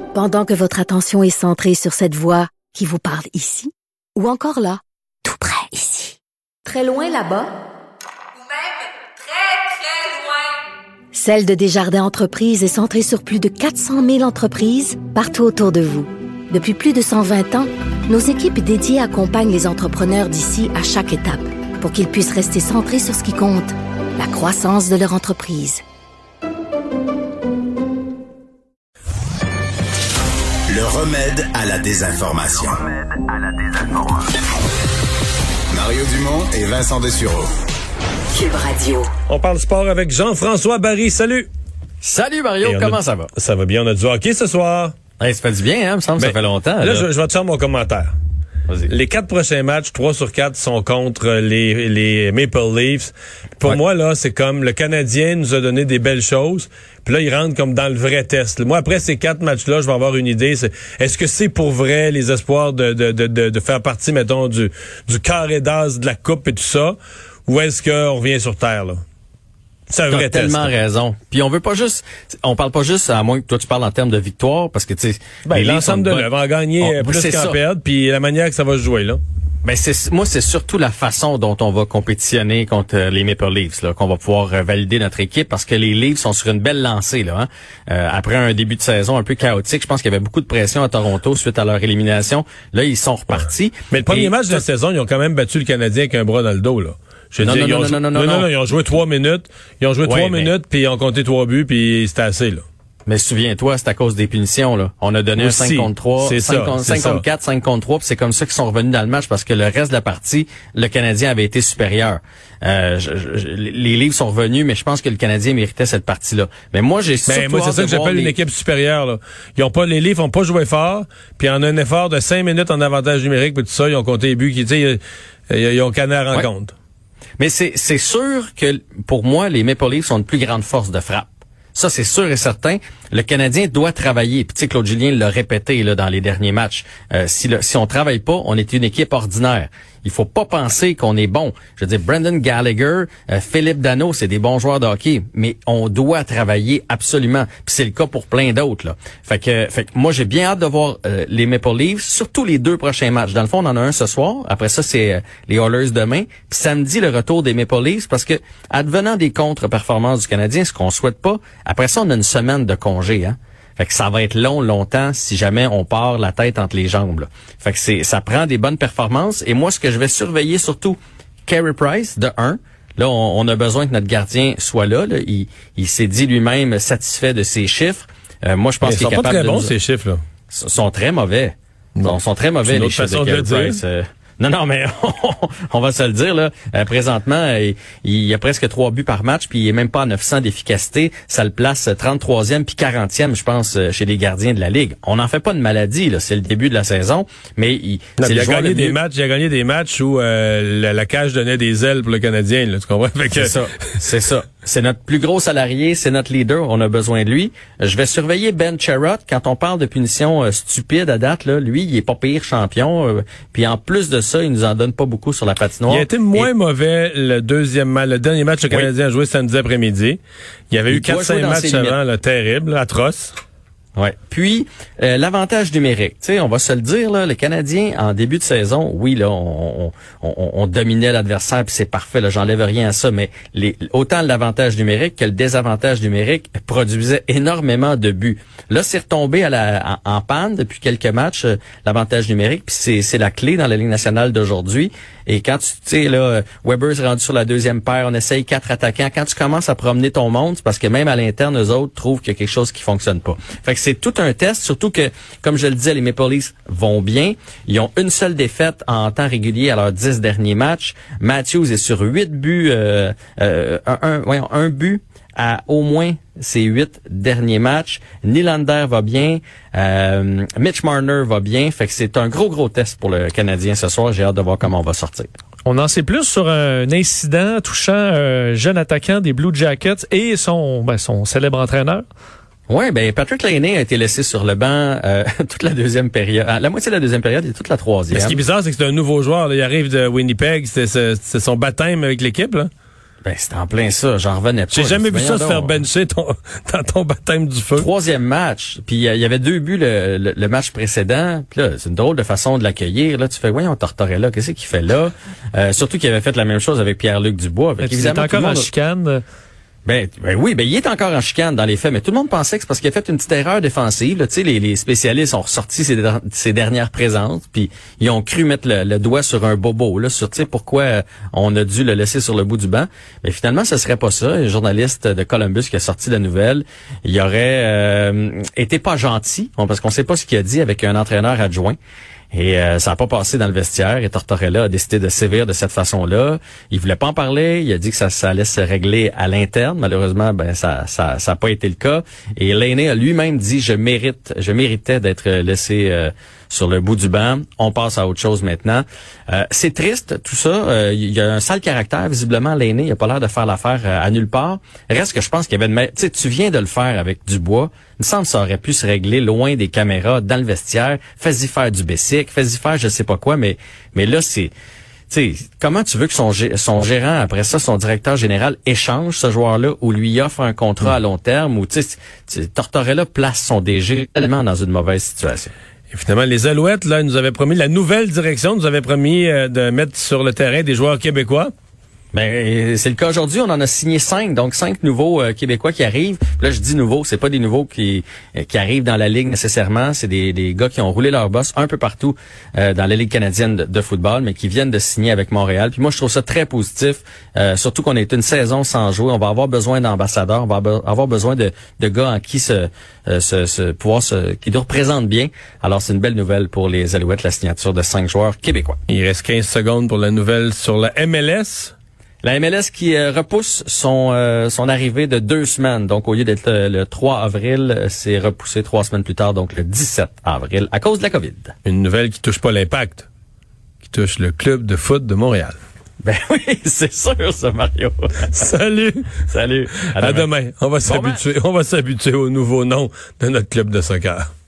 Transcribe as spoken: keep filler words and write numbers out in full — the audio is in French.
Pendant que votre attention est centrée sur cette voix qui vous parle ici, ou encore là, tout près ici, très loin là-bas, ou même très, très loin, Celle de Desjardins Entreprises est centrée sur plus de quatre cent mille entreprises partout autour de vous. Depuis plus de cent vingt ans, nos équipes dédiées accompagnent les entrepreneurs d'ici à chaque étape pour qu'ils puissent rester centrés sur ce qui compte, la croissance de leur entreprise. Le remède à la désinformation. Le remède à la désinformation. Mario Dumont et Vincent Dessureau. Cube Radio. On parle sport avec Jean-François Barry. Salut! Salut Mario, comment a, ça va? Ça va bien, on a du hockey ce soir. Hey, ça fait du bien, hein? Il me semble que ça fait longtemps. Là, là. Je, je vais te faire mon commentaire. Vas-y. Les quatre prochains matchs, trois sur quatre, sont contre les, les Maple Leafs. Pour ouais. moi, là, c'est comme le Canadien nous a donné des belles choses. Puis là, ils rentrent comme dans le vrai test. Moi, après ces quatre matchs-là, je vais avoir une idée. C'est, est-ce que c'est pour vrai les espoirs de, de, de, de, de faire partie, mettons, du, du carré d'as de la coupe et tout ça? Ou est-ce qu'on revient sur Terre, là? C'est un vrai test. T'as tellement test, raison. Puis on veut pas juste, on parle pas juste, à moins que toi tu parles en termes de victoire, parce que tu sais, ben, l'ensemble de l'œuvre, en gagner on, plus qu'en perdre, puis la manière que ça va se jouer, là. Ben c'est moi c'est surtout la façon dont on va compétitionner contre les Maple Leafs là qu'on va pouvoir euh, valider notre équipe, parce que les Leafs sont sur une belle lancée là. Hein? Euh, après un début de saison un peu chaotique, je pense qu'il y avait beaucoup de pression à Toronto suite à leur élimination. Là ils sont repartis. Mais le premier Et match de la saison, ils ont quand même battu le Canadien avec un bras dans le dos là. Je non, dis, non, ils ont non, jou- non, non, non, non, non, non, non, ils ont joué trois minutes. Ils ont joué ouais, trois mais... minutes, puis ils ont compté trois buts, puis c'était assez, là. Mais souviens-toi, c'est à cause des punitions, là. On a donné Aussi, un cinq contre trois, c'est cinq, ça, contre, c'est cinq contre quatre, cinq contre trois, puis c'est comme ça qu'ils sont revenus dans le match, parce que le reste de la partie, le Canadien avait été supérieur. Euh, je, je, les Leafs sont revenus, mais je pense que le Canadien méritait cette partie-là. Mais moi, j'ai surtout ben, moi, c'est ça que j'appelle les... une équipe supérieure, là. Ils ont pas, les Leafs ont pas joué fort, puis en un effort de cinq minutes en avantage numérique, puis tout ça, ils ont compté les buts, qui, tu sais, ils, ils ont canné à la rencontre. Ouais. Mais c'est, c'est sûr que, pour moi, les Maple Leafs sont une plus grande force de frappe. Ça, c'est sûr et certain. Le Canadien doit travailler. Puis tu sais, Claude Julien l'a répété là dans les derniers matchs. Euh, si, le, si on travaille pas, on est une équipe ordinaire. Il faut pas penser qu'on est bon. Je veux dire, Brendan Gallagher, euh, Philippe Danault, c'est des bons joueurs de hockey, mais on doit travailler absolument. Puis c'est le cas pour plein d'autres là. Fait que, fait que moi, j'ai bien hâte de voir euh, les Maple Leafs, surtout les deux prochains matchs. Dans le fond, on en a un ce soir. Après ça, c'est euh, les Oilers demain. Puis samedi, le retour des Maple Leafs, parce que advenant des contre-performances du Canadien, ce qu'on souhaite pas, après ça, on a une semaine de congé, hein. Fait que ça va être long, longtemps, si jamais on part la tête entre les jambes, là. Fait que c'est, ça prend des bonnes performances. Et moi, ce que je vais surveiller surtout, Carey Price, de un. Là, on, on a besoin que notre gardien soit là, là. Il, il s'est dit lui-même satisfait de ses chiffres. Euh, moi, je pense qu'il est capable de... Ils sont pas très bons, nous... ces chiffres, là. Ils sont très mauvais. Ils sont, sont très mauvais, les chiffres de Carey Price. Euh, Non, non, mais on va se le dire, là. Euh, présentement, il, il y a presque trois buts par match, puis il est même pas à neuf cents d'efficacité. Ça le place trente-troisième puis quarantième, je pense, chez les gardiens de la Ligue. On n'en fait pas de maladie, là. C'est le début de la saison, mais il, non, c'est il le a gagné des mieux. matchs, il a gagné des matchs où euh, la, la cage donnait des ailes pour le Canadien, là. Tu comprends? Fait que... C'est ça. C'est ça. C'est notre plus gros salarié, c'est notre leader, on a besoin de lui. Je vais surveiller Ben Chirot. Quand on parle de punitions euh, stupides à date, là, lui, il est pas pire champion. Euh, puis en plus de ça, il nous en donne pas beaucoup sur la patinoire. Il a été moins Et... mauvais le deuxième match. Le dernier match, le Canadien oui. a joué samedi après-midi. Il y avait il eu quatre cinq matchs avant, là, terrible, là, atroce. Ouais. Puis euh, l'avantage numérique, tu sais, on va se le dire là, les Canadiens en début de saison, oui là, on, on, on, on dominait l'adversaire, puis c'est parfait, là, j'enlève rien à ça, mais les, autant l'avantage numérique que le désavantage numérique produisait énormément de buts. Là, c'est retombé à la en, en panne depuis quelques matchs, euh, l'avantage numérique, puis c'est c'est la clé dans la Ligue nationale d'aujourd'hui. Et quand tu sais là, Weber est rendu sur la deuxième paire, on essaye quatre attaquants. Quand tu commences à promener ton monde, c'est parce que même à l'interne, eux autres trouvent qu'il y a quelque chose qui fonctionne pas. Fait que c'est tout un test, surtout que, comme je le disais, les Maple Leafs vont bien. Ils ont une seule défaite en temps régulier à leurs dix derniers matchs. Matthews est sur huit buts, euh, euh, un, un, voyons, un but à au moins ses huit derniers matchs. Nylander va bien. Euh, Mitch Marner va bien. Fait que c'est un gros, gros test pour le Canadien ce soir. J'ai hâte de voir comment on va sortir. On en sait plus sur un incident touchant un jeune attaquant des Blue Jackets et son, ben, son célèbre entraîneur. Oui, ben Patrick Laine a été laissé sur le banc euh, toute la deuxième période, la moitié de la deuxième période et toute la troisième. Mais ce qui est bizarre, c'est que c'est un nouveau joueur. Là. Il arrive de Winnipeg, c'est, c'est, c'est son baptême avec l'équipe, là. Ben, c'était en plein ça. J'en revenais pas. J'ai jamais vu ça se faire bencher ton, dans ton baptême du feu. Troisième match. Puis, il y avait deux buts le, le, le match précédent. Puis là, c'est une drôle de façon de l'accueillir. Là, tu fais, voyons, Tortorella, qu'est-ce qu'il fait là? Euh, surtout qu'il avait fait la même chose avec Pierre-Luc Dubois. Fait il est encore en chicane. Ben, ben oui, ben il est encore en chicane dans les faits, mais tout le monde pensait que c'est parce qu'il a fait une petite erreur défensive. Tu sais, les, les spécialistes ont ressorti ses, ses dernières présences, puis ils ont cru mettre le, le doigt sur un bobo, là, sur tu sais pourquoi on a dû le laisser sur le bout du banc. Mais finalement, ce serait pas ça. Un journaliste de Columbus qui a sorti la nouvelle, il aurait euh, été pas gentil, parce qu'on sait pas ce qu'il a dit avec un entraîneur adjoint. Et euh, ça n'a pas passé dans le vestiaire et Tortorella a décidé de sévir de cette façon-là. Il voulait pas en parler, il a dit que ça, ça allait se régler à l'interne. Malheureusement, ben ça ça ça a pas été le cas. Et Laney a lui-même dit je mérite, je méritais d'être laissé euh, sur le bout du banc. On passe à autre chose maintenant. Euh, c'est triste tout ça. Euh, il y a un sale caractère visiblement. Laney, il a pas l'air de faire l'affaire euh, à nulle part. Reste que je pense qu'il y avait une... tu sais, tu viens de le faire avec Dubois. Il me semble que ça aurait pu se régler loin des caméras, dans le vestiaire. Fais-y faire du basic, fais-y faire je sais pas quoi, mais mais là c'est, tu sais, comment tu veux que son son gérant après ça, son directeur général échange ce joueur-là ou lui offre un contrat à long terme ou tu sais, Tortorella place son D G tellement dans une mauvaise situation. Et finalement, les Alouettes là nous avaient promis, la nouvelle direction nous avait promis euh, de mettre sur le terrain des joueurs québécois. Ben c'est le cas aujourd'hui, on en a signé cinq, donc cinq nouveaux euh, Québécois qui arrivent. Là je dis nouveaux, c'est pas des nouveaux qui euh, qui arrivent dans la ligue nécessairement, c'est des des gars qui ont roulé leur boss un peu partout euh, dans la ligue canadienne de, de football, mais qui viennent de signer avec Montréal. Puis moi je trouve ça très positif, euh, surtout qu'on est une saison sans jouer, on va avoir besoin d'ambassadeurs, on va avoir besoin de de gars en qui se euh, se, se pouvoir se qui nous représentent bien. Alors c'est une belle nouvelle pour les Alouettes, la signature de cinq joueurs québécois. Il reste quinze secondes pour la nouvelle sur la M L S. La M L S qui euh, repousse son euh, son arrivée de deux semaines. Donc, au lieu d'être euh, le trois avril, c'est repoussé trois semaines plus tard, donc le dix-sept avril, à cause de la COVID. Une nouvelle qui touche pas l'Impact, qui touche le club de foot de Montréal. Ben oui, c'est sûr, ça, Mario. Salut! Salut! À demain. À demain. On va s'habituer, on va s'habituer au nouveau nom de notre club de soccer.